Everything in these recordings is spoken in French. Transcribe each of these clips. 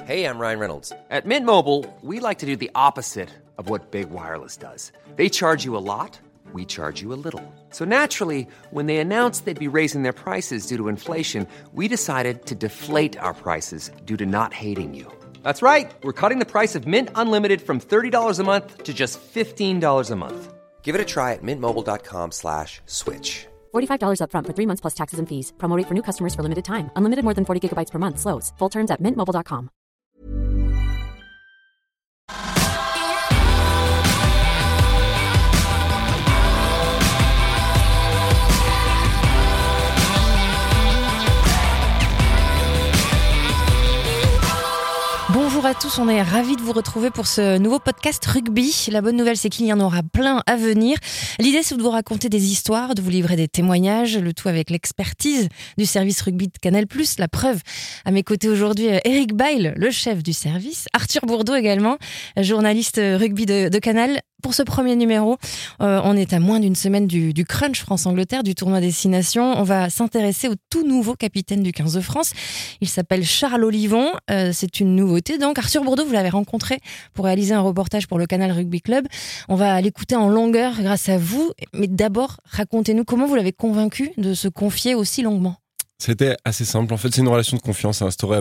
Hey, I'm Ryan Reynolds. At Mint Mobile, we like to do the opposite of what Big Wireless does. They charge you a lot, we charge you a little. So naturally, when they announced they'd be raising their prices due to inflation, we decided to deflate our prices due to not hating you. That's right. We're cutting the price of Mint Unlimited from $30 a month to just $15 a month. Give it a try at mintmobile.com/switch. $45 up front for 3 months plus taxes and fees. Promo rate for new customers for limited time. Unlimited more than 40 gigabytes per month. Slows full terms at mintmobile.com. Bonjour à tous, on est ravis de vous retrouver pour ce nouveau podcast rugby. La bonne nouvelle, c'est qu'il y en aura plein à venir. L'idée, c'est de vous raconter des histoires, de vous livrer des témoignages, le tout avec l'expertise du service rugby de Canal+. La preuve, à mes côtés aujourd'hui, Eric Bail, le chef du service, Arthur Bourdeau également, journaliste rugby de Canal. Pour ce premier numéro, on est à moins d'une semaine du Crunch France-Angleterre, du tournoi Destination. On va s'intéresser au tout nouveau capitaine du 15 de France. Il s'appelle Charles Olivon. C'est une nouveauté. Donc, Arthur Bourdeau, vous l'avez rencontré pour réaliser un reportage pour le Canal Rugby Club. On va l'écouter en longueur grâce à vous. Mais d'abord, racontez-nous comment vous l'avez convaincu de se confier aussi longuement. C'était assez simple. En fait, c'est une relation de confiance à instaurer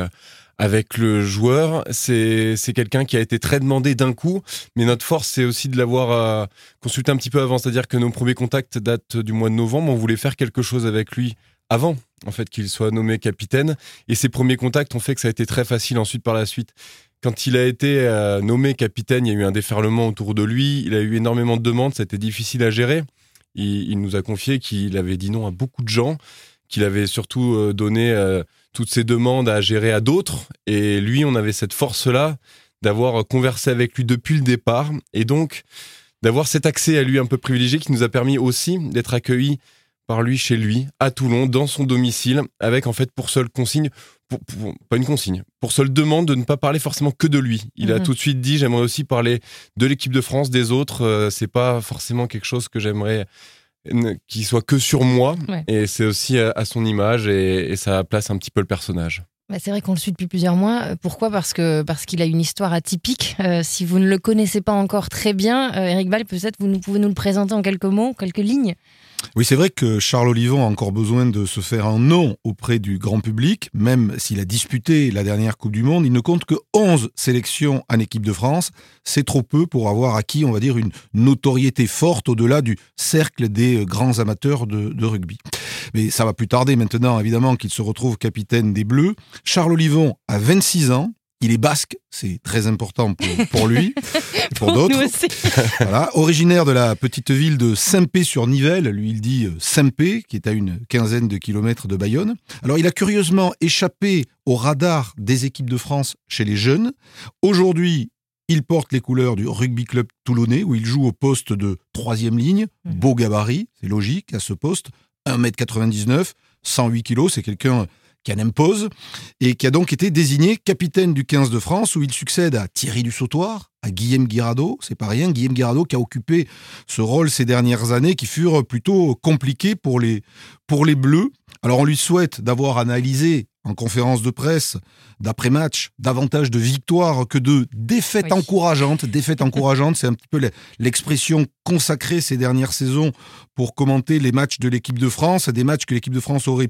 avec le joueur. C'est quelqu'un qui a été très demandé d'un coup, mais notre force, c'est aussi de l'avoir consulté un petit peu avant. C'est-à-dire que nos premiers contacts datent du mois de novembre. On voulait faire quelque chose avec lui avant, en fait, qu'il soit nommé capitaine. Et ces premiers contacts ont fait que ça a été très facile ensuite par la suite. Quand il a été nommé capitaine, il y a eu un déferlement autour de lui. Il a eu énormément de demandes. Ça a été difficile à gérer. Il nous a confié qu'il avait dit non à beaucoup de gens, qu'il avait surtout donné toutes ces demandes à gérer à d'autres. Et lui, on avait cette force-là d'avoir conversé avec lui depuis le départ et donc d'avoir cet accès à lui un peu privilégié qui nous a permis aussi d'être accueillis par lui chez lui, à Toulon, dans son domicile, avec en fait pour seule consigne, pas une consigne, pour seule demande de ne pas parler forcément que de lui. Il a tout de suite dit, j'aimerais aussi parler de l'équipe de France, des autres. C'est pas forcément quelque chose que j'aimerais qui soit que sur moi, ouais. Et c'est aussi à son image et ça place un petit peu le personnage. Bah c'est vrai qu'on le suit depuis plusieurs mois. Pourquoi ? Parce qu'il a une histoire atypique. Si vous ne le connaissez pas encore très bien, Eric Bail, peut-être vous pouvez nous le présenter en quelques mots, quelques lignes. Oui, c'est vrai que Charles Olivon a encore besoin de se faire un nom auprès du grand public. Même s'il a disputé la dernière Coupe du Monde, il ne compte que 11 sélections en équipe de France. C'est trop peu pour avoir acquis, on va dire, une notoriété forte au-delà du cercle des grands amateurs de rugby. Mais ça va plus tarder maintenant, évidemment, qu'il se retrouve capitaine des Bleus. Charles Olivon a 26 ans. Il est basque, c'est très important pour lui, pour d'autres. Nous aussi. Voilà. Originaire de la petite ville de Saint-Pé-sur-Nivelle, lui il dit Saint-Pé, qui est à une quinzaine de kilomètres de Bayonne. Alors il a curieusement échappé au radar des équipes de France chez les jeunes. Aujourd'hui, il porte les couleurs du rugby club toulonnais, où il joue au poste de 3e ligne. Beau gabarit, c'est logique à ce poste. 1m99, 108 kg, c'est quelqu'un qui en impose, et qui a donc été désigné capitaine du 15 de France, où il succède à Thierry Dussautoir, à Guillaume Guirado, c'est pas rien, Guillaume Guirado qui a occupé ce rôle ces dernières années, qui furent plutôt compliqués pour les Bleus. Alors on lui souhaite d'avoir analysé en conférence de presse, d'après-match, davantage de victoires que de défaites encourageantes. Défaites encourageantes, c'est un petit peu l'expression consacrée ces dernières saisons pour commenter les matchs de l'équipe de France, des matchs que l'équipe de France aurait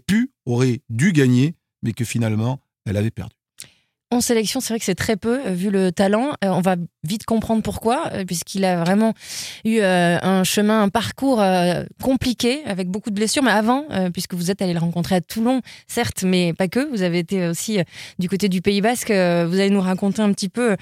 dû gagner, mais que finalement, elle avait perdu. En sélection, c'est vrai que c'est très peu, vu le talent. On va vite comprendre pourquoi, puisqu'il a vraiment eu un parcours compliqué, avec beaucoup de blessures. Mais avant, puisque vous êtes allé le rencontrer à Toulon, certes, mais pas que. Vous avez été aussi du côté du Pays Basque. Vous allez nous raconter un petit peu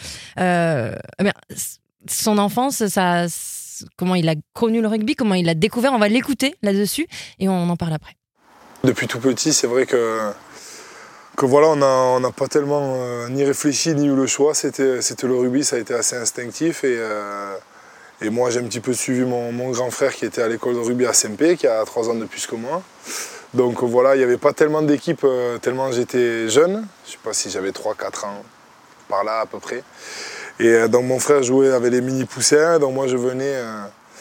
son enfance, comment il a connu le rugby, comment il l'a découvert. On va l'écouter là-dessus et on en parle après. Depuis tout petit, c'est vrai que voilà, on n'a pas tellement ni réfléchi ni eu le choix. C'était le rugby, ça a été assez instinctif. Et moi, j'ai un petit peu suivi mon grand frère qui était à l'école de rugby à Saint-Pé, qui a 3 ans de plus que moi. Donc voilà, il n'y avait pas tellement d'équipes, tellement j'étais jeune. Je ne sais pas si j'avais 3-4 ans, par là à peu près. Et donc mon frère jouait avec les mini-poussins, donc moi je venais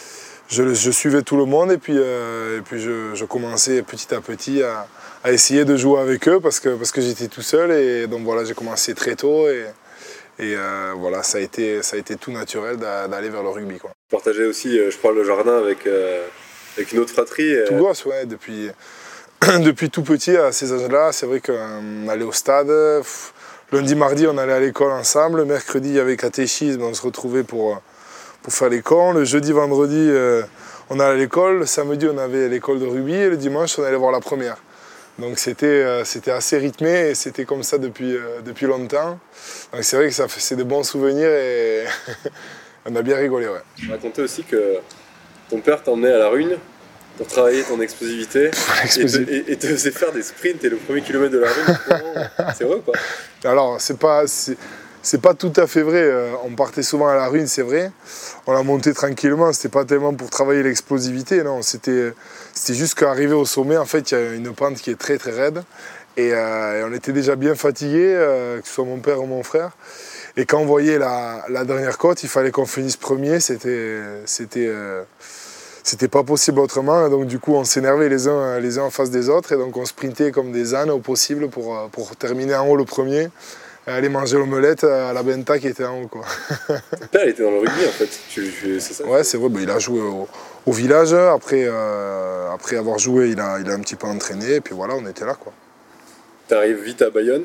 je suivais tout le monde et puis je commençais petit à petit à essayer de jouer avec eux parce que j'étais tout seul et donc voilà, j'ai commencé très tôt et voilà, ça a été tout naturel d'aller vers le rugby, quoi. Je partageais aussi, je crois, le jardin avec une autre fratrie. Tout gosse, ouais, depuis tout petit à ces âges-là, c'est vrai qu'on allait au stade. Lundi, mardi, on allait à l'école ensemble. Mercredi, il y avait catéchisme, on se retrouvait pour faire l'école. Le jeudi, vendredi, on allait à l'école. Le samedi, on avait l'école de rugby et le dimanche, on allait voir la première. Donc c'était assez rythmé et c'était comme ça depuis longtemps. Donc c'est vrai que c'est de bons souvenirs et on a bien rigolé. Ouais. Tu racontais aussi que ton père t'emmenait à la Rune pour travailler ton explosivité et te faisait faire des sprints et le premier kilomètre de la Rune. C'est vrai quoi? Alors c'est pas tout à fait vrai. On partait souvent à la Rune, c'est vrai. On la montait tranquillement. C'était pas tellement pour travailler l'explosivité, non. C'était juste qu'arrivé au sommet, en fait, il y a une pente qui est très très raide. Et on était déjà bien fatigués, que ce soit mon père ou mon frère. Et quand on voyait la dernière côte, il fallait qu'on finisse premier. C'était pas possible autrement. Et donc du coup, on s'énervait les uns en face des autres. Et donc on sprintait comme des ânes au possible pour terminer en haut le premier. Aller manger l'omelette à la Benta qui était en haut, quoi. Ton père il était dans le rugby en fait, c'est ça? Ouais, c'est vrai, il a joué au village. Après avoir joué, il a un petit peu entraîné. Et puis voilà, on était là, quoi. T'arrives vite à Bayonne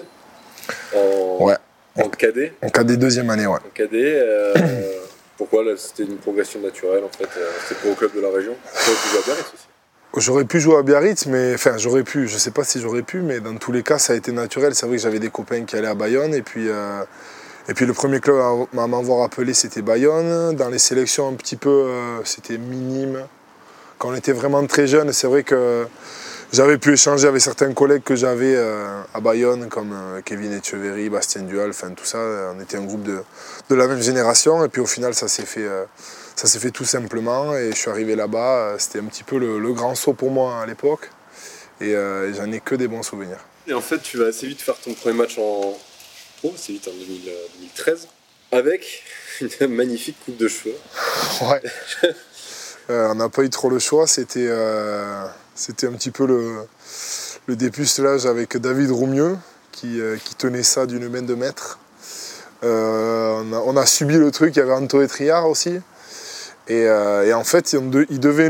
en cadet? En cadet deuxième année, ouais. En cadet, pourquoi là, c'était une progression naturelle en fait? C'était pour au club de la région? Tu jouais à Biarritz aussi? J'aurais pu jouer à Biarritz, je sais pas si j'aurais pu, mais dans tous les cas, ça a été naturel. C'est vrai que j'avais des copains qui allaient à Bayonne, et puis le premier club à m'avoir appelé, c'était Bayonne. Dans les sélections, un petit peu, c'était minime. Quand on était vraiment très jeune, c'est vrai que j'avais pu échanger avec certains collègues que j'avais à Bayonne, comme Kevin Etcheverry, Bastien Duhal, tout ça. On était un groupe de la même génération, et puis au final, ça s'est fait tout simplement et je suis arrivé là-bas, c'était un petit peu le grand saut pour moi à l'époque et j'en ai que des bons souvenirs. Et en fait, tu vas assez vite faire ton premier match en pro, assez vite en 2013, avec une magnifique coupe de cheveux. Ouais. On n'a pas eu trop le choix, c'était un petit peu le dépucelage avec David Roumieux qui tenait ça d'une main de maître. On a subi le truc, il y avait Anto Triard aussi. Et en fait, il devait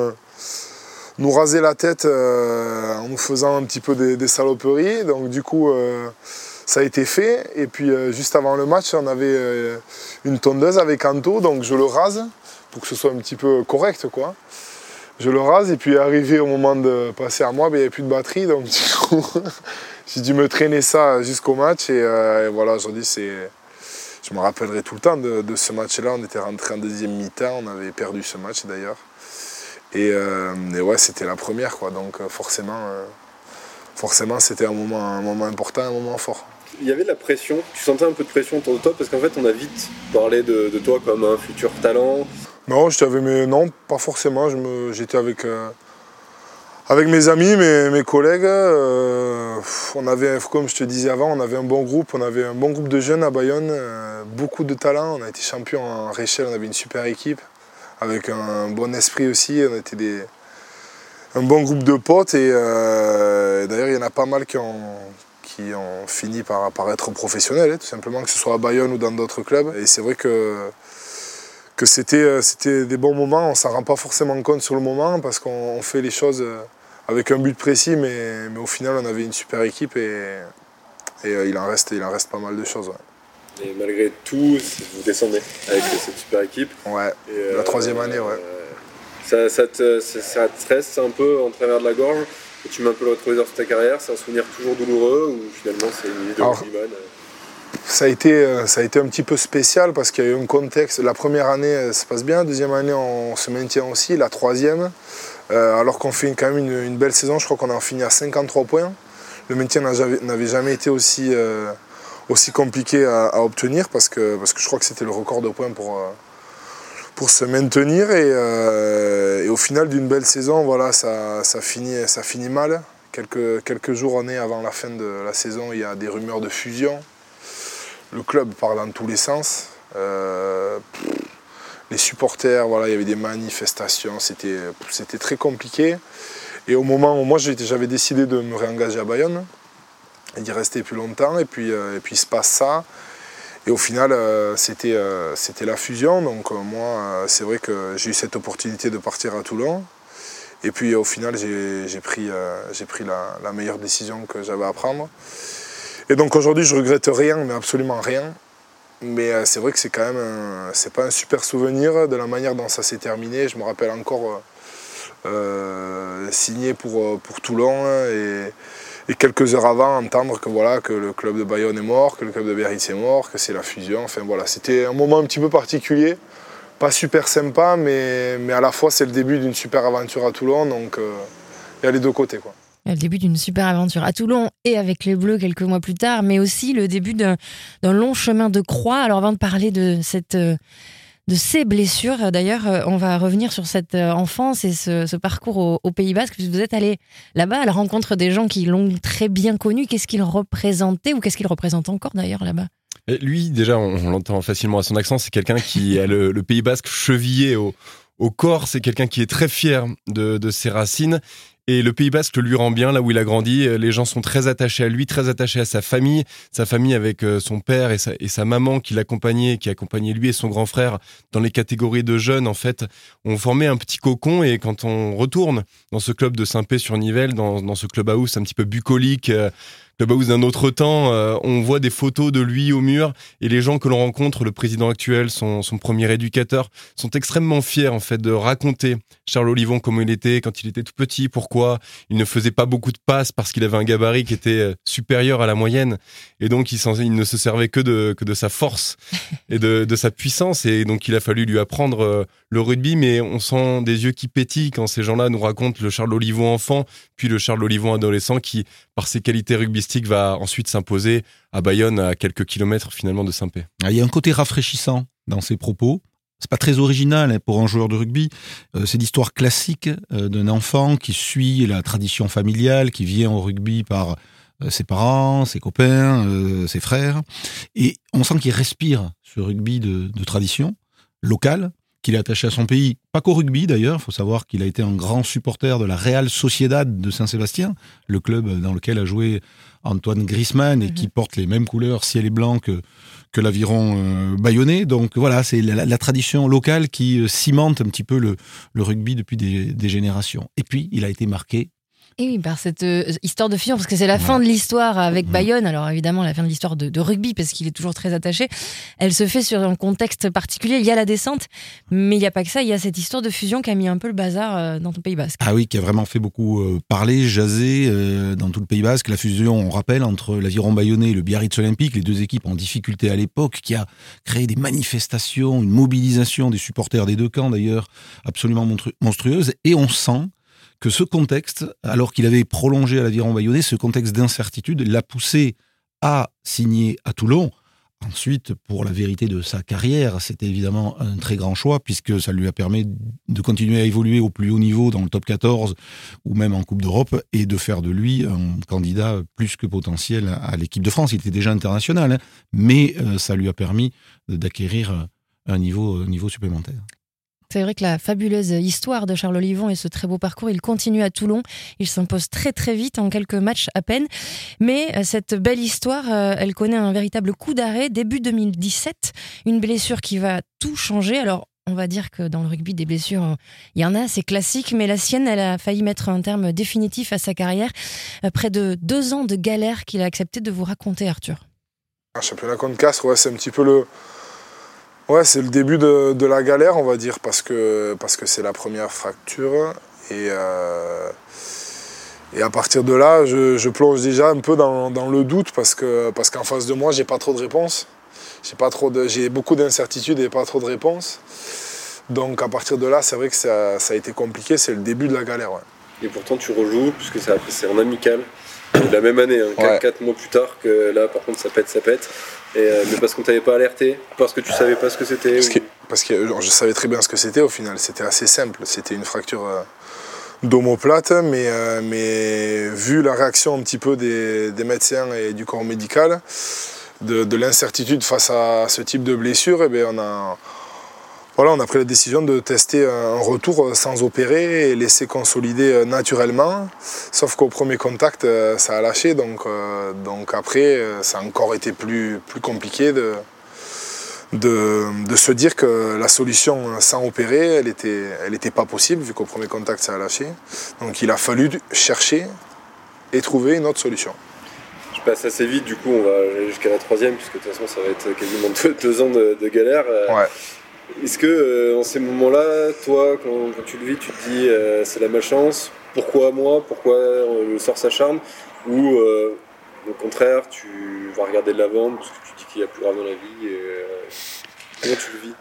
nous raser la tête en nous faisant un petit peu des saloperies. Donc du coup, ça a été fait. Et puis juste avant le match, on avait une tondeuse avec Anto, donc je le rase pour que ce soit un petit peu correct, quoi. Je le rase et puis arrivé au moment de passer à moi, il n'y avait plus de batterie. Donc du coup, j'ai dû me traîner ça jusqu'au match. Et voilà, aujourd'hui, je me rappellerai tout le temps de ce match-là. On était rentré en deuxième mi-temps, on avait perdu ce match d'ailleurs. Et ouais, c'était la première, quoi. Donc forcément, c'était un moment important, un moment fort. Il y avait de la pression, tu sentais un peu de pression autour de toi parce qu'en fait on a vite parlé de toi comme un futur talent. Non, non, pas forcément. J'étais avec mes amis, mes collègues. On avait, comme je te disais avant, on avait un bon groupe de jeunes à Bayonne, beaucoup de talent. On a été champion en Réchelle, on avait une super équipe, avec un bon esprit aussi. On était un bon groupe de potes et d'ailleurs il y en a pas mal qui ont fini par être professionnels, tout simplement, que ce soit à Bayonne ou dans d'autres clubs. Et c'est vrai que c'était des bons moments. On ne s'en rend pas forcément compte sur le moment parce qu'on fait les choses avec un but précis, mais au final on avait une super équipe et il en reste pas mal de choses. Ouais. Et malgré tout, vous descendez avec cette super équipe. Ouais, la troisième année, ouais. Ça te stresse un peu en travers de la gorge? Et tu mets un peu le rétroviseur sur ta carrière, c'est un souvenir toujours douloureux ou finalement c'est une idée de rugbyman? Ça a été un petit peu spécial parce qu'il y a eu un contexte. La première année, ça se passe bien. La deuxième année, on se maintient aussi. La troisième, alors qu'on fait quand même une belle saison, je crois qu'on a fini à 53 points. Le maintien n'avait jamais été aussi compliqué à obtenir parce que je crois que c'était le record de points pour se maintenir. Et au final d'une belle saison, voilà, ça finit mal. Quelques jours avant la fin de la saison, il y a des rumeurs de fusion. Le club part dans tous les sens. les supporters, voilà, il y avait des manifestations, c'était très compliqué. Et au moment où moi j'avais décidé de me réengager à Bayonne, et d'y rester plus longtemps, et puis il se passe ça. Et au final, c'était la fusion. Donc moi, c'est vrai que j'ai eu cette opportunité de partir à Toulon. Et puis au final, j'ai pris la meilleure décision que j'avais à prendre. Et donc aujourd'hui, je regrette rien, mais absolument rien. Mais c'est vrai que c'est quand même c'est pas un super souvenir de la manière dont ça s'est terminé. Je me rappelle encore signer pour Toulon et quelques heures avant entendre que le club de Bayonne est mort, que le club de Biarritz est mort, que c'est la fusion. Enfin voilà, c'était un moment un petit peu particulier, pas super sympa, mais à la fois c'est le début d'une super aventure à Toulon, donc il y a les deux côtés, quoi. Le début d'une super aventure à Toulon et avec les Bleus quelques mois plus tard, mais aussi le début d'un long chemin de croix. Alors avant de parler de ces blessures, d'ailleurs, on va revenir sur cette enfance et ce parcours au Pays Basque, puisque vous êtes allé là-bas à la rencontre des gens qui l'ont très bien connu. Qu'est-ce qu'il représentait ou qu'est-ce qu'il représente encore d'ailleurs là-bas ? Et lui, déjà, on l'entend facilement à son accent, c'est quelqu'un qui a le Pays Basque chevillé au corps, c'est quelqu'un qui est très fier de ses racines. Et le Pays Basque lui rend bien là où il a grandi. Les gens sont très attachés à lui, très attachés à sa famille avec son père et sa maman qui l'accompagnait, qui accompagnait lui et son grand frère dans les catégories de jeunes. En fait, on formait un petit cocon et quand on retourne dans ce club de Saint-Pé-sur-Nivelle, dans ce clubhouse un petit peu bucolique, clubhouse d'un autre temps, on voit des photos de lui au mur et les gens que l'on rencontre, le président actuel, son premier éducateur, sont extrêmement fiers en fait de raconter Charles Olivon comment il était quand il était tout petit, pourquoi il ne faisait pas beaucoup de passes parce qu'il avait un gabarit qui était supérieur à la moyenne et donc il ne se servait que de sa force et de sa puissance et donc il a fallu lui apprendre le rugby, mais on sent des yeux qui pétillent quand ces gens-là nous racontent le Charles Olivon enfant puis le Charles Olivon adolescent qui, par ses qualités rugbystiques, va ensuite s'imposer à Bayonne, à quelques kilomètres finalement de Saint-Pé. Il y a un côté rafraîchissant dans ses propos. C'est pas très original pour un joueur de rugby. C'est l'histoire classique d'un enfant qui suit la tradition familiale, qui vient au rugby par ses parents, ses copains, ses frères. Et on sent qu'il respire ce rugby de tradition locale, qu'il est attaché à son pays, pas qu'au rugby d'ailleurs, il faut savoir qu'il a été un grand supporter de la Real Sociedad de Saint-Sébastien, le club dans lequel a joué Antoine Griezmann et qui porte les mêmes couleurs ciel et blanc que l'aviron bayonnais. Donc voilà, c'est la tradition locale qui cimente un petit peu le rugby depuis des générations. Et puis, il a été marqué. Et oui, par cette histoire de fusion, parce que c'est la fin de l'histoire avec Bayonne. Alors évidemment, la fin de l'histoire de rugby, parce qu'il est toujours très attaché. Elle se fait sur un contexte particulier. Il y a la descente, mais il n'y a pas que ça. Il y a cette histoire de fusion qui a mis un peu le bazar dans ton Pays Basque. Ah oui, qui a vraiment fait beaucoup parler, jaser dans tout le Pays Basque. La fusion, on rappelle, entre l'Aviron Bayonnais et le Biarritz Olympique, les deux équipes en difficulté à l'époque, qui a créé des manifestations, une mobilisation des supporters des deux camps d'ailleurs, absolument monstrueuse. Et on sent que ce contexte, alors qu'il avait prolongé à l'Aviron Bayonnais, ce contexte d'incertitude l'a poussé à signer à Toulon. Ensuite, pour la vérité de sa carrière, c'était évidemment un très grand choix, puisque ça lui a permis de continuer à évoluer au plus haut niveau dans le top 14 ou même en Coupe d'Europe, et de faire de lui un candidat plus que potentiel à l'équipe de France. Il était déjà international, mais ça lui a permis d'acquérir un niveau supplémentaire. C'est vrai que la fabuleuse histoire de Charles Olivon et ce très beau parcours, il continue à Toulon. Il s'impose très très vite en quelques matchs à peine. Mais cette belle histoire, elle connaît un véritable coup d'arrêt. Début 2017, une blessure qui va tout changer. Alors, on va dire que dans le rugby, des blessures, il y en a, c'est classique. Mais la sienne, elle a failli mettre un terme définitif à sa carrière. Près de 2 ans de galère qu'il a accepté de vous raconter, Arthur. Un championnat contre Castres, c'est un petit peu le... Ouais, c'est le début de la galère, on va dire, parce que c'est la première fracture. Et à partir de là, je plonge déjà un peu dans le doute, parce qu'en face de moi, j'ai pas trop de réponses. J'ai beaucoup d'incertitudes et pas trop de réponses. Donc à partir de là, c'est vrai que ça a été compliqué, c'est le début de la galère. Ouais. Et pourtant, tu rejoues, puisque c'est en amical. La même année, 4 mois plus tard, que là, par contre, ça pète. Mais parce qu'on t'avait pas alerté, parce que tu savais pas ce que c'était. Parce que je savais très bien ce que c'était au final. C'était assez simple. C'était une fracture d'omoplate, mais vu la réaction un petit peu des médecins et du corps médical, de l'incertitude face à ce type de blessure, eh bien Voilà, on a pris la décision de tester un retour sans opérer et laisser consolider naturellement. Sauf qu'au premier contact, ça a lâché. Donc après, ça a encore été plus compliqué de se dire que la solution sans opérer, elle était pas possible, vu qu'au premier contact, ça a lâché. Donc il a fallu chercher et trouver une autre solution. Je passe assez vite, du coup, on va aller jusqu'à la 3e, puisque de toute façon, ça va être quasiment 2 ans de galère. Ouais. Est-ce que, en ces moments-là, toi, quand tu le vis, tu te dis c'est la malchance, pourquoi moi, pourquoi le sort s'acharne, ou au contraire, tu vas regarder de l'avant, parce que tu dis qu'il y a plus grave dans la vie, comment tu le vis?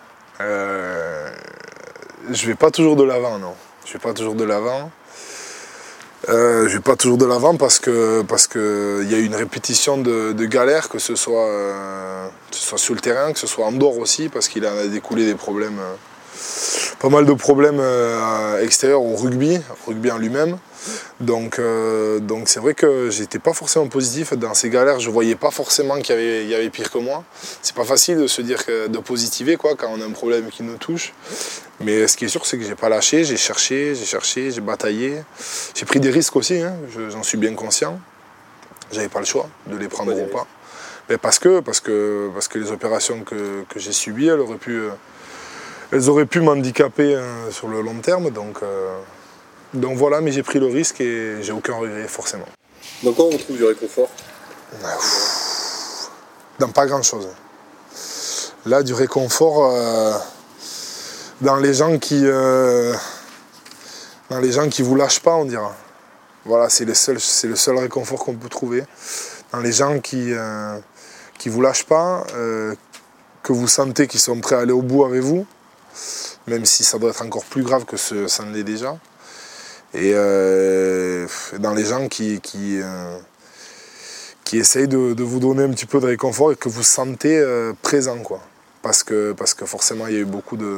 Je vais pas toujours de l'avant, non. Je vais pas toujours de l'avant. Je vais pas toujours de l'avant parce que il y a une répétition de galères, que ce soit sur le terrain, que ce soit en dehors aussi, parce qu'il en a découlé des problèmes, pas mal de problèmes extérieurs au rugby en lui-même. Donc c'est vrai que j'étais pas forcément positif dans ces galères. Je voyais pas forcément qu'il y avait pire que moi. C'est pas facile de se dire de positiver quand on a un problème qui nous touche. Mais ce qui est sûr, c'est que j'ai pas lâché, j'ai cherché, j'ai bataillé. J'ai pris des risques aussi, hein, j'en suis bien conscient. J'avais pas le choix de les prendre ou pas. Mais parce que les opérations que j'ai subies, elles auraient pu m'handicaper sur le long terme. Donc voilà, mais j'ai pris le risque et j'ai aucun regret forcément. Dans quoi on trouve du réconfort? Dans pas grand chose. Là, du réconfort dans les gens qui vous lâchent pas, on dira. Voilà, c'est le seul réconfort qu'on peut trouver. Dans les gens qui vous lâchent pas, que vous sentez qu'ils sont prêts à aller au bout avec vous, même si ça doit être encore plus grave que ça ne l'est déjà. Et dans les gens qui essayent de vous donner un petit peu de réconfort et que vous sentez présent, quoi. Parce que forcément, il y a eu beaucoup de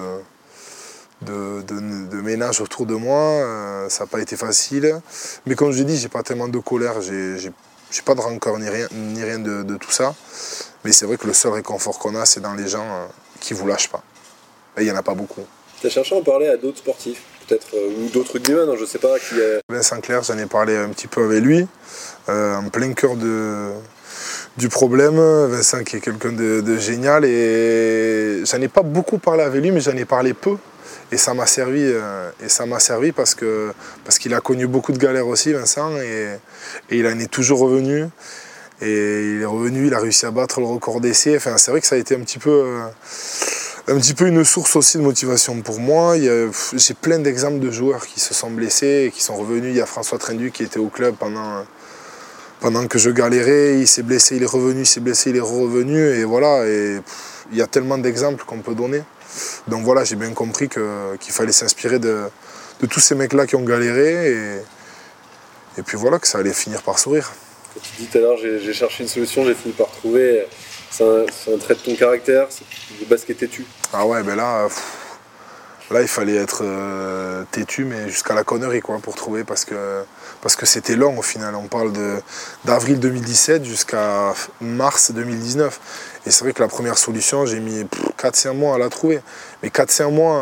ménage autour de moi, ça n'a pas été facile. Mais comme je l'ai dit, j'ai pas tellement de colère, j'ai pas de rancœur ni rien de tout ça. Mais c'est vrai que le seul réconfort qu'on a, c'est dans les gens qui vous lâchent pas. Et il n'y en a pas beaucoup. Tu as cherché à en parler à d'autres sportifs, peut-être, ou d'autres rugbymen, je sais pas. Vincent Clerc, j'en ai parlé un petit peu avec lui, en plein cœur du problème. Vincent qui est quelqu'un de génial, et j'en ai pas beaucoup parlé avec lui, mais j'en ai parlé peu. Et ça m'a servi, parce qu'il a connu beaucoup de galères aussi, Vincent, et il en est toujours revenu. Et il est revenu, il a réussi à battre le record d'essai. Enfin, c'est vrai que ça a été un petit peu une source aussi de motivation pour moi. J'ai plein d'exemples de joueurs qui se sont blessés et qui sont revenus. Il y a François Trindu qui était au club pendant que je galérais. Il s'est blessé, il est revenu, il s'est blessé, il est revenu. Et voilà, il y a tellement d'exemples qu'on peut donner. Donc voilà, j'ai bien compris qu'il fallait s'inspirer de tous ces mecs-là qui ont galéré. Et puis voilà, que ça allait finir par sourire. Quand tu dis tout à l'heure, j'ai cherché une solution, j'ai fini par trouver. C'est un trait de ton caractère, c'est le basket têtu. Ah ouais, ben là, il fallait être têtu, mais jusqu'à la connerie, quoi, pour trouver, parce que c'était long au final. On parle d'avril 2017 jusqu'à mars 2019. Et c'est vrai que la première solution, j'ai mis 4-5 mois à la trouver. Mais 4-5 mois,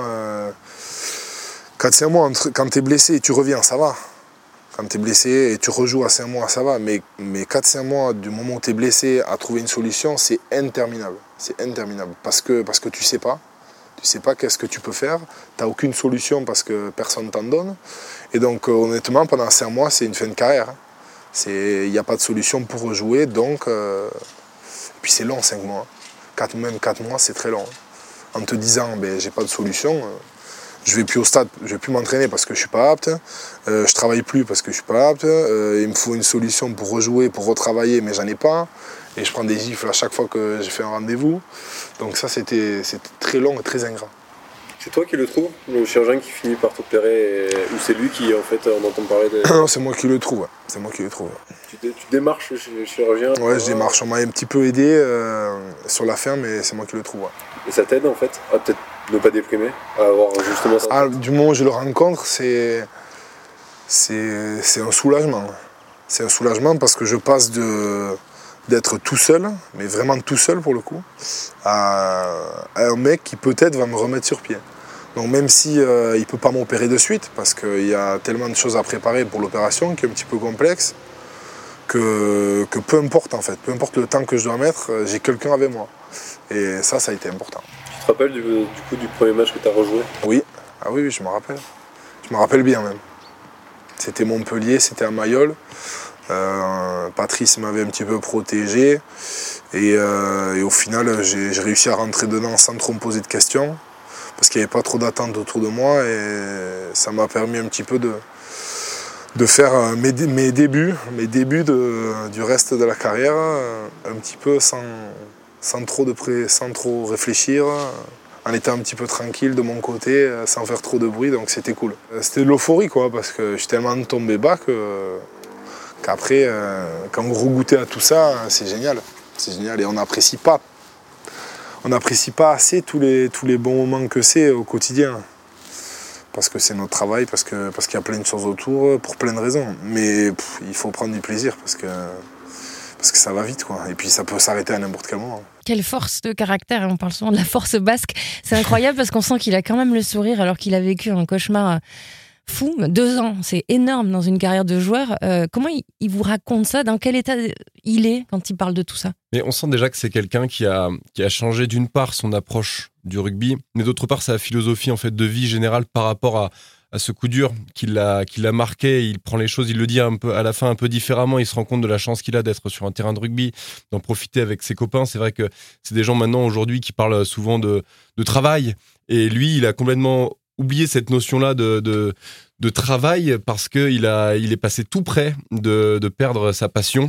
quand t'es blessé et tu reviens, ça va. Quand tu es blessé et tu rejoues à 5 mois, ça va. Mais 4-5 mois, du moment où tu es blessé, à trouver une solution, c'est interminable. C'est interminable. Parce que tu sais pas. Tu sais pas qu'est-ce que tu peux faire. Tu n'as aucune solution parce que personne t'en donne. Et donc, honnêtement, pendant 5 mois, c'est une fin de carrière. Il n'y a pas de solution pour rejouer. Donc, et puis c'est long, 5 mois. 4 mois, c'est très long. En te disant, j'ai pas de solution. Je vais plus au stade, je vais plus m'entraîner parce que je suis pas apte, je travaille plus parce que je suis pas apte, il me faut une solution pour rejouer, pour retravailler, mais j'en ai pas, et je prends des gifles à chaque fois que j'ai fait un rendez-vous. Donc ça, c'était très long et très ingrat. C'est toi qui le trouves, le chirurgien qui finit par t'opérer, ou c'est lui qui, en fait, on entend parler de... Non, c'est moi qui le trouve, ouais. C'est moi qui le trouve. Tu démarches chez le chirurgien? Ouais, je démarche, on m'a un petit peu aidé sur la fin, mais c'est moi qui le trouve, ouais. Et ça t'aide, en fait, à peut-être ne pas déprimer, à avoir justement ça? Du moment où je le rencontre, c'est un soulagement. C'est un soulagement parce que je passe d'être tout seul, mais vraiment tout seul pour le coup, à un mec qui peut-être va me remettre sur pied. Donc même si il ne peut pas m'opérer de suite, parce qu'il y a tellement de choses à préparer pour l'opération qui est un petit peu complexe, que peu importe en fait, peu importe le temps que je dois mettre, j'ai quelqu'un avec moi. Et ça a été important. Tu te rappelles du coup du premier match que tu as rejoué ? Oui, oui, je me rappelle. Je me rappelle bien même. C'était Montpellier, c'était à Mayol. Patrice m'avait un petit peu protégé. Et au final, j'ai réussi à rentrer dedans sans trop me poser de questions. Parce qu'il n'y avait pas trop d'attente autour de moi. Et ça m'a permis un petit peu de faire mes débuts du reste de la carrière, un petit peu sans trop réfléchir, en étant un petit peu tranquille de mon côté, sans faire trop de bruit, donc c'était cool. C'était de l'euphorie, quoi, parce que je suis tellement tombé bas qu'après, quand vous regoutez à tout ça, c'est génial. C'est génial et on n'apprécie pas assez tous les bons moments que c'est au quotidien. Parce que c'est notre travail, parce qu'il y a plein de choses autour, pour plein de raisons. Mais il faut prendre du plaisir, parce que ça va vite, quoi. Et puis ça peut s'arrêter à n'importe quel moment. Quelle force de caractère, on parle souvent de la force basque. C'est incroyable parce qu'on sent qu'il a quand même le sourire alors qu'il a vécu un cauchemar fou. 2 ans, c'est énorme dans une carrière de joueur. Comment il vous raconte ça ? Dans quel état il est quand il parle de tout ça ? Mais on sent déjà que c'est quelqu'un qui a changé d'une part son approche du rugby, mais d'autre part sa philosophie en fait de vie générale par rapport à ce coup dur qui l'a marqué. Il prend les choses, il le dit un peu à la fin un peu différemment. Il se rend compte de la chance qu'il a d'être sur un terrain de rugby, d'en profiter avec ses copains. C'est vrai que c'est des gens maintenant aujourd'hui qui parlent souvent de travail, et lui il a complètement oublié cette notion-là de travail parce qu'il est passé tout près de perdre sa passion.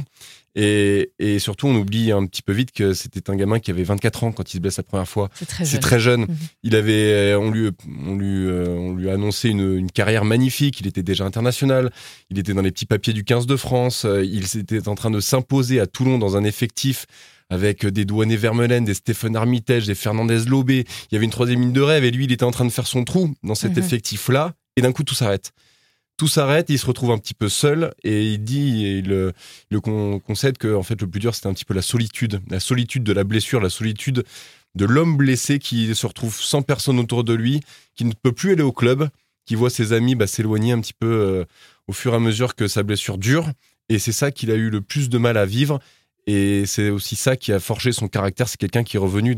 Et surtout, on oublie un petit peu vite que c'était un gamin qui avait 24 ans quand il se blesse la première fois. C'est très jeune. Mm-hmm. On lui a annoncé une carrière magnifique. Il était déjà international. Il était dans les petits papiers du 15 de France. Il était en train de s'imposer à Toulon dans un effectif avec des Douanet Vermeulen, des Stéphane Armitage, des Fernandez Lobé. Il y avait une troisième ligne de rêve et lui, il était en train de faire son trou dans cet effectif-là. Et d'un coup, tout s'arrête. Tout s'arrête, il se retrouve un petit peu seul et il dit, et il le concède que en fait, le plus dur, c'était un petit peu la solitude de la blessure, la solitude de l'homme blessé qui se retrouve sans personne autour de lui, qui ne peut plus aller au club, qui voit ses amis s'éloigner un petit peu au fur et à mesure que sa blessure dure. Et c'est ça qu'il a eu le plus de mal à vivre. Et c'est aussi ça qui a forgé son caractère. C'est quelqu'un qui est revenu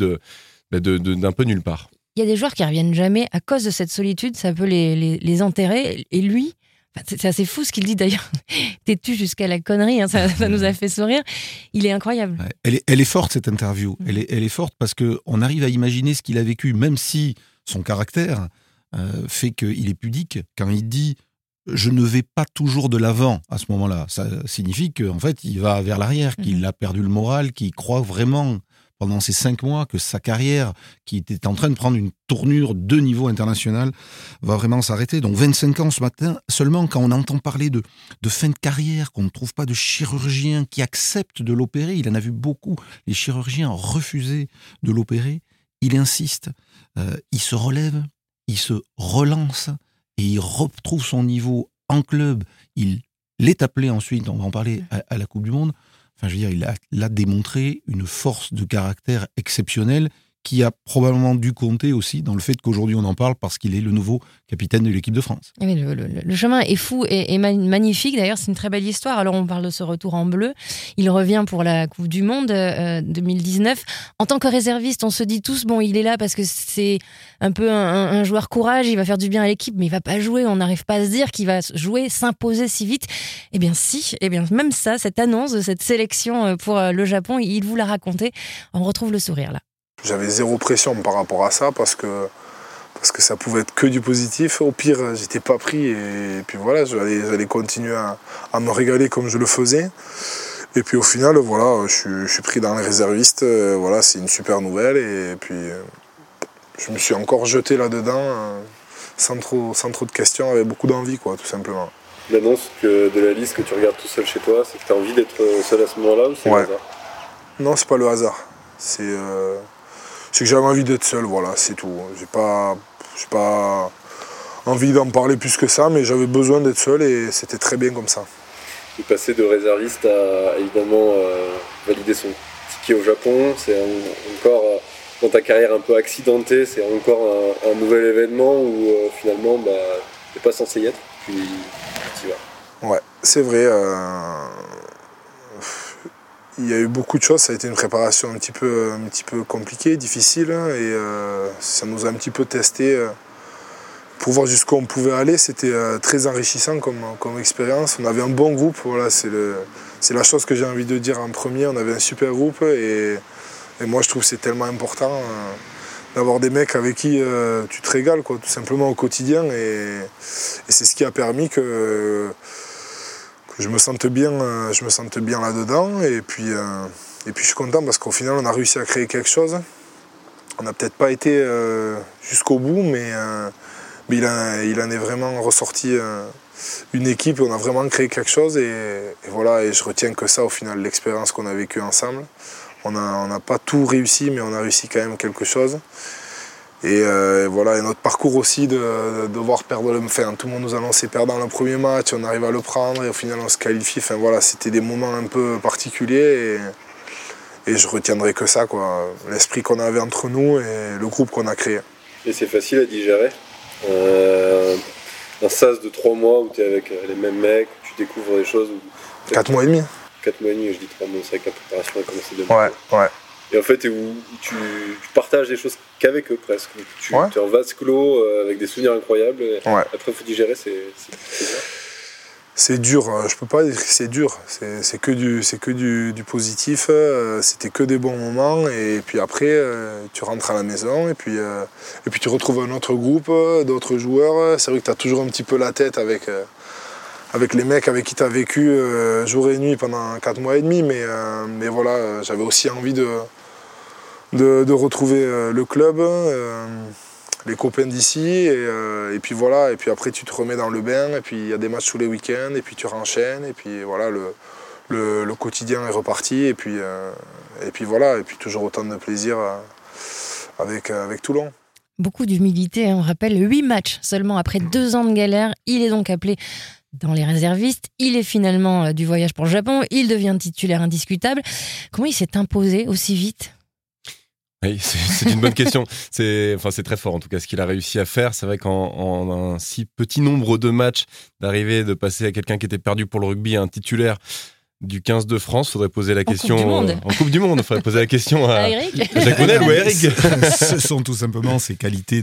d'un peu nulle part. Il y a des joueurs qui reviennent jamais à cause de cette solitude. Ça peut les enterrer. Et lui, c'est assez fou ce qu'il dit d'ailleurs. Têtu jusqu'à la connerie, hein, ça nous a fait sourire. Il est incroyable. Ouais, elle est forte cette interview. Elle est forte parce qu'on arrive à imaginer ce qu'il a vécu, même si son caractère fait qu'il est pudique. Quand il dit « je ne vais pas toujours de l'avant » à ce moment-là, ça signifie qu'en fait il va vers l'arrière, qu'il a perdu le moral, qu'il croit vraiment pendant ces 5 mois que sa carrière, qui était en train de prendre une tournure de niveau international, va vraiment s'arrêter. Donc 25 ans ce matin, seulement quand on entend parler de fin de carrière, qu'on ne trouve pas de chirurgien qui accepte de l'opérer, il en a vu beaucoup, les chirurgiens refusaient de l'opérer, il insiste, il se relève, il se relance et il retrouve son niveau en club. Il est appelé ensuite, on va en parler, à la Coupe du Monde. Enfin, je veux dire, il a démontré une force de caractère exceptionnelle qui a probablement dû compter aussi dans le fait qu'aujourd'hui on en parle parce qu'il est le nouveau capitaine de l'équipe de France. Oui, le chemin est fou et magnifique. D'ailleurs, c'est une très belle histoire. Alors, on parle de ce retour en bleu. Il revient pour la Coupe du Monde 2019. En tant que réserviste, on se dit tous, bon, il est là parce que c'est un peu un joueur courage, il va faire du bien à l'équipe, mais il va pas jouer. On n'arrive pas à se dire qu'il va jouer, s'imposer si vite. Eh bien, si. Eh bien, même ça, cette annonce de cette sélection pour le Japon, il vous l'a raconté. On retrouve le sourire là. J'avais zéro pression par rapport à ça parce que ça pouvait être que du positif. Au pire, j'étais pas pris et puis voilà, j'allais continuer à me régaler comme je le faisais. Et puis au final, voilà, je suis pris dans les réservistes. Voilà, c'est une super nouvelle et puis je me suis encore jeté là-dedans sans trop de questions, avec beaucoup d'envie, quoi, tout simplement. L'annonce de la liste que tu regardes tout seul chez toi, c'est que tu as envie d'être seul à ce moment-là ou c'est le hasard ? Non, c'est pas le hasard. C'est que j'avais envie d'être seul, voilà, c'est tout. J'ai pas envie d'en parler plus que ça, mais j'avais besoin d'être seul et c'était très bien comme ça. de passer de réserviste à évidemment valider son ticket au Japon. C'est encore, dans ta carrière un peu accidentée, c'est encore un nouvel événement où finalement t'es pas censé y être, puis tu y vas. Ouais, c'est vrai. Il y a eu beaucoup de choses, ça a été une préparation un petit peu compliquée, difficile, et ça nous a un petit peu testé pour voir jusqu'où on pouvait aller. C'était très enrichissant comme expérience. On avait un bon groupe, voilà, c'est la chose que j'ai envie de dire en premier. On avait un super groupe et moi je trouve que c'est tellement important d'avoir des mecs avec qui tu te régales, quoi, tout simplement au quotidien, et c'est ce qui a permis que je me sente bien là-dedans, et puis je suis content parce qu'au final on a réussi à créer quelque chose. On n'a peut-être pas été jusqu'au bout, mais il en est vraiment ressorti une équipe, et on a vraiment créé quelque chose, et voilà, et je retiens que ça au final, l'expérience qu'on a vécue ensemble. On n'a pas tout réussi, mais on a réussi quand même quelque chose. Et voilà, et notre parcours aussi de devoir perdre tout le monde nous annonçait perdant le premier match, on arrive à le prendre et au final on se qualifie. Enfin voilà, c'était des moments un peu particuliers, et je retiendrai que ça, quoi. L'esprit qu'on avait entre nous et le groupe qu'on a créé. Et c'est facile à digérer. Un sas de 3 mois où tu es avec les mêmes mecs, où tu découvres des choses. 4 mois et demi. 4 mois et demi, je dis 3 mois, c'est vrai que la préparation a commencé demain. Ouais. Et en fait, où tu partages des choses qu'avec eux presque. Tu es en vase clos avec des souvenirs incroyables. Après, il faut digérer, c'est dur. C'est dur, je peux pas dire que c'est dur. C'est que du positif. C'était que des bons moments. Et puis après, tu rentres à la maison et puis tu retrouves un autre groupe, d'autres joueurs. C'est vrai que tu as toujours un petit peu la tête avec les mecs avec qui tu as vécu jour et nuit pendant 4 mois et demi. Mais voilà, j'avais aussi envie de retrouver le club, les copains d'ici, et puis voilà, et puis après tu te remets dans le bain, et puis il y a des matchs tous les week-ends, et puis tu renchaînes, et puis voilà, le quotidien est reparti, et puis voilà, et puis toujours autant de plaisir avec Toulon. Beaucoup d'humilité, on rappelle 8 matchs seulement après 2 ans de galère. Il est donc appelé dans les réservistes. Il est finalement du voyage pour le Japon. Il devient titulaire indiscutable. Comment il s'est imposé aussi vite ? Oui, c'est une bonne question. C'est très fort en tout cas ce qu'il a réussi à faire. C'est vrai qu'en un si petit nombre de matchs, de passer à quelqu'un qui était perdu pour le rugby à un titulaire du 15 de France, faudrait poser la question en Coupe du Monde. Faudrait poser la question à Jacques Brunel ou à Eric. Ce sont tout simplement des qualités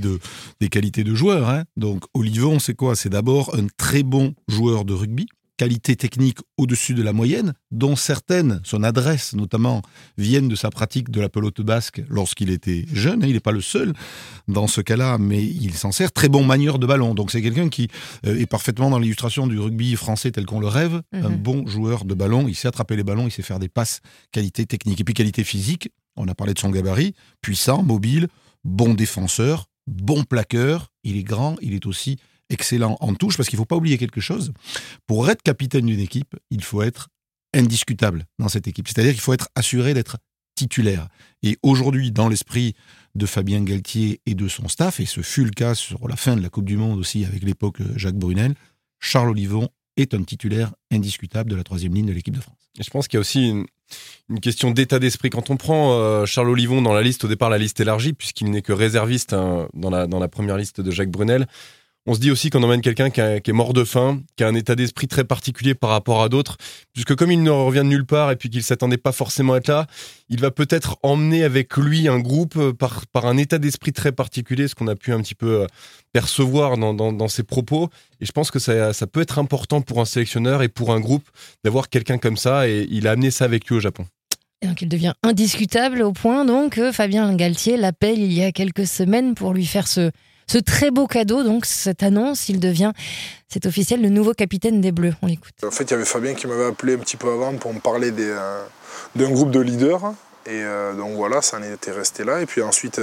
de joueur. Hein. Donc Olivon, c'est quoi ? C'est d'abord un très bon joueur de rugby. Qualité technique au-dessus de la moyenne, dont certaines, son adresse notamment, viennent de sa pratique de la pelote basque lorsqu'il était jeune. Il n'est pas le seul dans ce cas-là, mais il s'en sert. Très bon manieur de ballon. Donc c'est quelqu'un qui est parfaitement dans l'illustration du rugby français tel qu'on le rêve. Un bon joueur de ballon. Il sait attraper les ballons, il sait faire des passes. Qualité technique. Et puis qualité physique, on a parlé de son gabarit. Puissant, mobile, bon défenseur, bon plaqueur. Il est grand, il est aussi excellent en touche, parce qu'il ne faut pas oublier quelque chose. Pour être capitaine d'une équipe, il faut être indiscutable dans cette équipe. C'est-à-dire qu'il faut être assuré d'être titulaire. Et aujourd'hui, dans l'esprit de Fabien Galtier et de son staff, et ce fut le cas sur la fin de la Coupe du Monde aussi avec l'époque Jacques Brunel, Charles Olivon est un titulaire indiscutable de la 3e ligne de l'équipe de France. Et je pense qu'il y a aussi une question d'état d'esprit. Quand on prend Charles Olivon dans la liste, au départ la liste élargie, puisqu'il n'est que réserviste dans la première liste de Jacques Brunel, on se dit aussi qu'on emmène quelqu'un qui est mort de faim, qui a un état d'esprit très particulier par rapport à d'autres, puisque comme il ne revient de nulle part et puis qu'il ne s'attendait pas forcément à être là, il va peut-être emmener avec lui un groupe par un état d'esprit très particulier, ce qu'on a pu un petit peu percevoir dans ses propos. Et je pense que ça peut être important pour un sélectionneur et pour un groupe d'avoir quelqu'un comme ça, et il a amené ça avec lui au Japon. Et donc il devient indiscutable au point donc que Fabien Galtier l'appelle il y a quelques semaines pour lui faire ce très beau cadeau, donc cette annonce, c'est officiel, le nouveau capitaine des Bleus. On l'écoute. En fait, il y avait Fabien qui m'avait appelé un petit peu avant pour me parler d'un groupe de leaders. Et donc voilà, ça en était resté là. Et puis ensuite,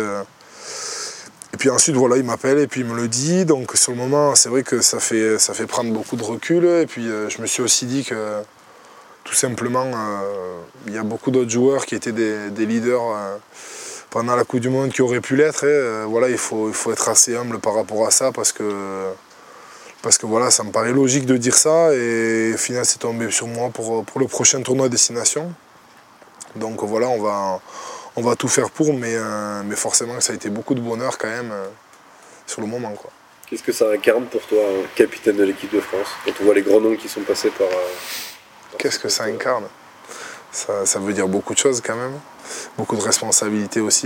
voilà, il m'appelle et puis il me le dit. Donc sur le moment, c'est vrai que ça fait prendre beaucoup de recul. Et puis je me suis aussi dit que tout simplement, il y a beaucoup d'autres joueurs qui étaient des leaders pendant la Coupe du Monde qui auraient pu l'être. Voilà, il faut être assez humble par rapport à ça, parce que Parce que voilà, ça me paraît logique de dire ça et au final c'est tombé sur moi pour le prochain tournoi Destination. Donc voilà, on va tout faire pour, mais forcément ça a été beaucoup de bonheur quand même sur le moment, quoi. Qu'est-ce que ça incarne pour toi, capitaine de l'équipe de France, quand on voit les grands noms qui sont passés par Qu'est-ce que ça incarne ? Ça veut dire beaucoup de choses quand même, beaucoup de responsabilités aussi.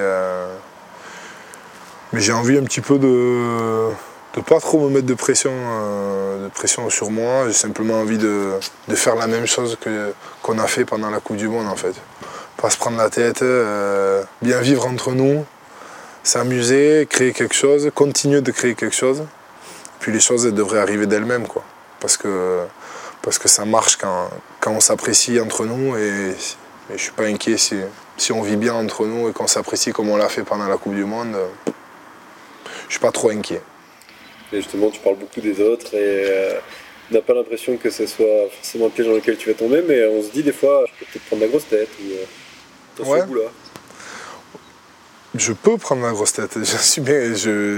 Mais j'ai envie un petit peu de pas trop me mettre de pression sur moi. J'ai simplement envie de faire la même chose qu'on a fait pendant la Coupe du Monde en fait. Pas se prendre la tête, bien vivre entre nous, s'amuser, créer quelque chose, continuer de créer quelque chose. Puis les choses elles devraient arriver d'elles-mêmes, quoi. Parce que ça marche quand on s'apprécie entre nous et je suis pas inquiet si on vit bien entre nous et qu'on s'apprécie comme on l'a fait pendant la Coupe du Monde. Je suis pas trop inquiet. Et justement, tu parles beaucoup des autres et on n'a pas l'impression que ce soit forcément un piège dans lequel tu vas tomber, mais on se dit des fois, je peux peut-être prendre la grosse tête ou dans ce goût-là. Je peux prendre la grosse tête, j'en suis bien.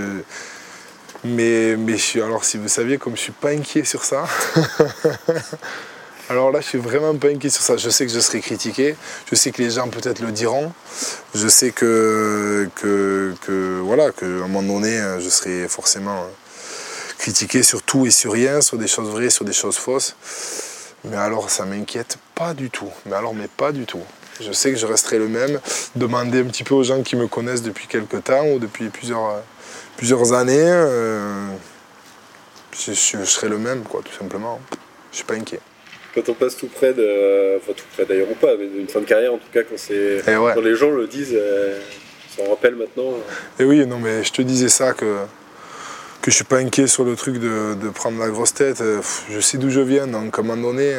Mais alors si vous saviez comme je suis pas inquiet sur ça, alors là je suis vraiment pas inquiet sur ça. Je sais que je serai critiqué, je sais que les gens peut-être le diront, je sais que voilà, qu'à un moment donné je serai forcément critiqué sur tout et sur rien, sur des choses vraies, sur des choses fausses. Mais alors ça m'inquiète pas du tout, mais pas du tout. Je sais que je resterai le même. Demandez un petit peu aux gens qui me connaissent depuis quelques temps ou depuis plusieurs années, je serai le même, quoi, tout simplement. Je suis pas inquiet. Quand on passe tout près d'ailleurs ou pas, mais d'une fin de carrière en tout cas, quand les gens le disent, on s'en rappelle maintenant. Et oui, non mais je te disais ça que je suis pas inquiet sur le truc de prendre la grosse tête. Je sais d'où je viens, donc à un moment donné,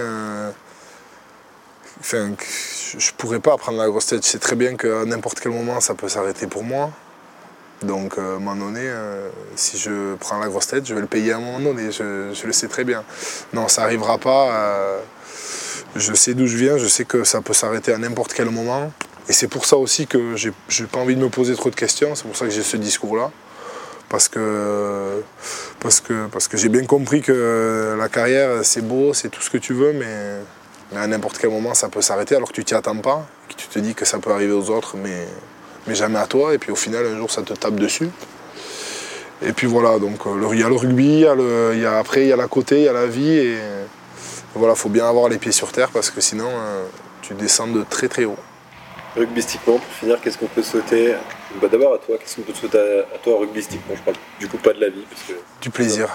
je pourrais pas prendre la grosse tête. Je sais très bien qu'à n'importe quel moment ça peut s'arrêter pour moi. Donc à un moment donné, si je prends la grosse tête, je vais le payer à un moment donné, je le sais très bien. Non, ça n'arrivera pas, je sais d'où je viens, je sais que ça peut s'arrêter à n'importe quel moment. Et c'est pour ça aussi que j'ai pas envie de me poser trop de questions, c'est pour ça que j'ai ce discours-là. Parce que j'ai bien compris que la carrière, c'est beau, c'est tout ce que tu veux, mais à n'importe quel moment, ça peut s'arrêter alors que tu t'y attends pas, que tu te dis que ça peut arriver aux autres, mais jamais à toi, et puis au final un jour ça te tape dessus. Et puis voilà, donc il y a le rugby, après il y a la côté, il y a la vie, et voilà, faut bien avoir les pieds sur terre parce que sinon tu descends de très très haut. Rugbystiquement, pour finir, qu'est-ce qu'on peut souhaiter ? D'abord à toi, qu'est-ce qu'on peut te souhaiter à toi rugbystiquement ? Je parle du coup pas de la vie. Parce que... Du plaisir.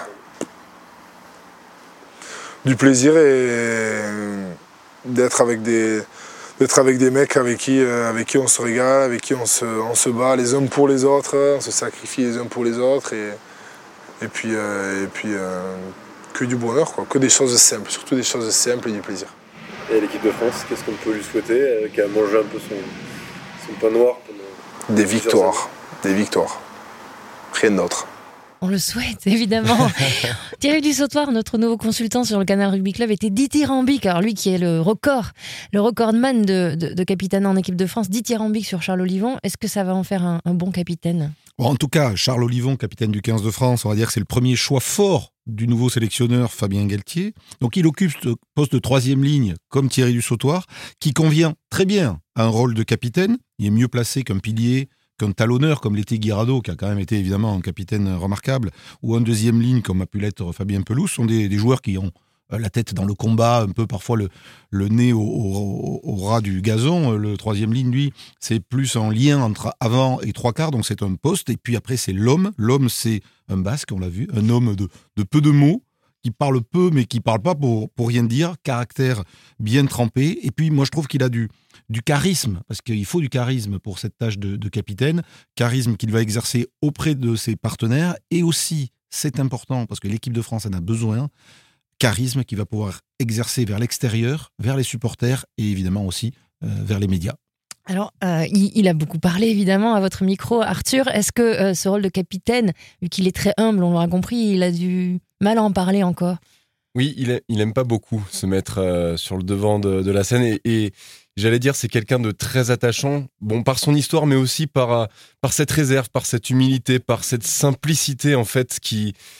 Du plaisir et d'être avec des mecs avec qui on se régale, avec qui on se bat les uns pour les autres, on se sacrifie les uns pour les autres et puis que du bonheur, quoi, que des choses simples, surtout des choses simples et du plaisir. Et l'équipe de France, qu'est-ce qu'on peut lui souhaiter, qui a mangé un peu son pain noir pendant des victoires, rien d'autre. On le souhaite, évidemment. Thierry Dussautoir, notre nouveau consultant sur le Canal Rugby Club, était dithyrambique. Alors lui qui est le recordman de capitaine en équipe de France, dithyrambique sur Charles Olivon. Est-ce que ça va en faire un bon capitaine ? Bon, en tout cas, Charles Olivon, capitaine du 15 de France, on va dire que c'est le premier choix fort du nouveau sélectionneur Fabien Galtier. Donc il occupe ce poste de troisième ligne comme Thierry Dussautoir, qui convient très bien à un rôle de capitaine. Il est mieux placé qu'un pilier, qu'un talonneur comme l'était Guirado, qui a quand même été évidemment un capitaine remarquable, ou un deuxième ligne comme a pu l'être Fabien Pelouse, sont des joueurs qui ont la tête dans le combat, un peu parfois le nez au ras du gazon. Le troisième ligne, lui, c'est plus en lien entre avant et trois quarts, donc c'est un poste. Et puis après, c'est l'homme. L'homme, c'est un basque, on l'a vu, un homme de peu de mots, qui parle peu, mais qui parle pas pour rien dire, caractère bien trempé. Et puis, moi, je trouve qu'il a du charisme, parce qu'il faut du charisme pour cette tâche de capitaine, charisme qu'il va exercer auprès de ses partenaires, et aussi, c'est important, parce que l'équipe de France en a besoin, charisme qu'il va pouvoir exercer vers l'extérieur, vers les supporters, et évidemment aussi vers les médias. Alors, il a beaucoup parlé, évidemment, à votre micro, Arthur. Est-ce que ce rôle de capitaine, vu qu'il est très humble, on l'aura compris, il a du mal à en parler encore ? Oui, il aime pas beaucoup se mettre sur le devant de la scène et j'allais dire c'est quelqu'un de très attachant, bon par son histoire mais aussi par cette réserve, par cette humilité, par cette simplicité en fait qui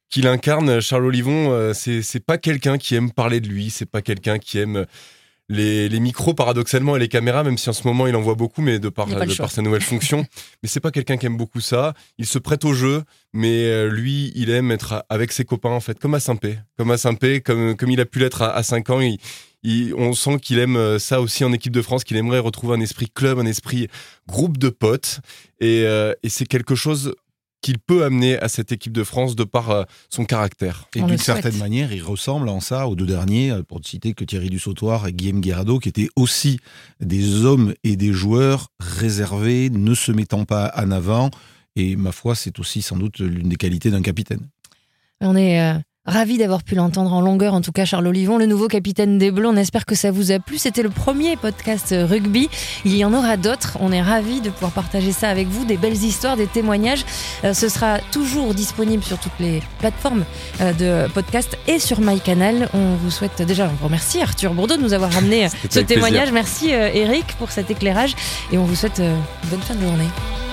qu'il incarne, Charles Olivon, c'est pas quelqu'un qui aime parler de lui, c'est pas quelqu'un qui aime les micros paradoxalement et les caméras, même si en ce moment il en voit beaucoup, mais de par sa nouvelle fonction. Mais c'est pas quelqu'un qui aime beaucoup ça. Il se prête au jeu, mais lui, il aime être avec ses copains en fait, comme à Saint-Pé, comme il a pu l'être à 5 ans. On sent qu'il aime ça aussi en équipe de France, qu'il aimerait retrouver un esprit club, un esprit groupe de potes, et c'est quelque chose qu'il peut amener à cette équipe de France de par son caractère. Et d'une certaine manière, il ressemble en ça aux deux derniers, pour ne citer que Thierry Dussautoir et Guillaume Guirado, qui étaient aussi des hommes et des joueurs réservés, ne se mettant pas en avant. Et ma foi, c'est aussi sans doute l'une des qualités d'un capitaine. On est ravis d'avoir pu l'entendre en longueur, en tout cas Charles Olivon, le nouveau capitaine des Bleus. On espère que ça vous a plu. C'était le premier podcast rugby. Il y en aura d'autres. On est ravis de pouvoir partager ça avec vous, des belles histoires, des témoignages. Ce sera toujours disponible sur toutes les plateformes de podcast et sur MyCanal. On vous souhaite déjà, on remercie Arthur Bourdeau de nous avoir ramené ce témoignage. Merci Eric pour cet éclairage et on vous souhaite une bonne fin de journée.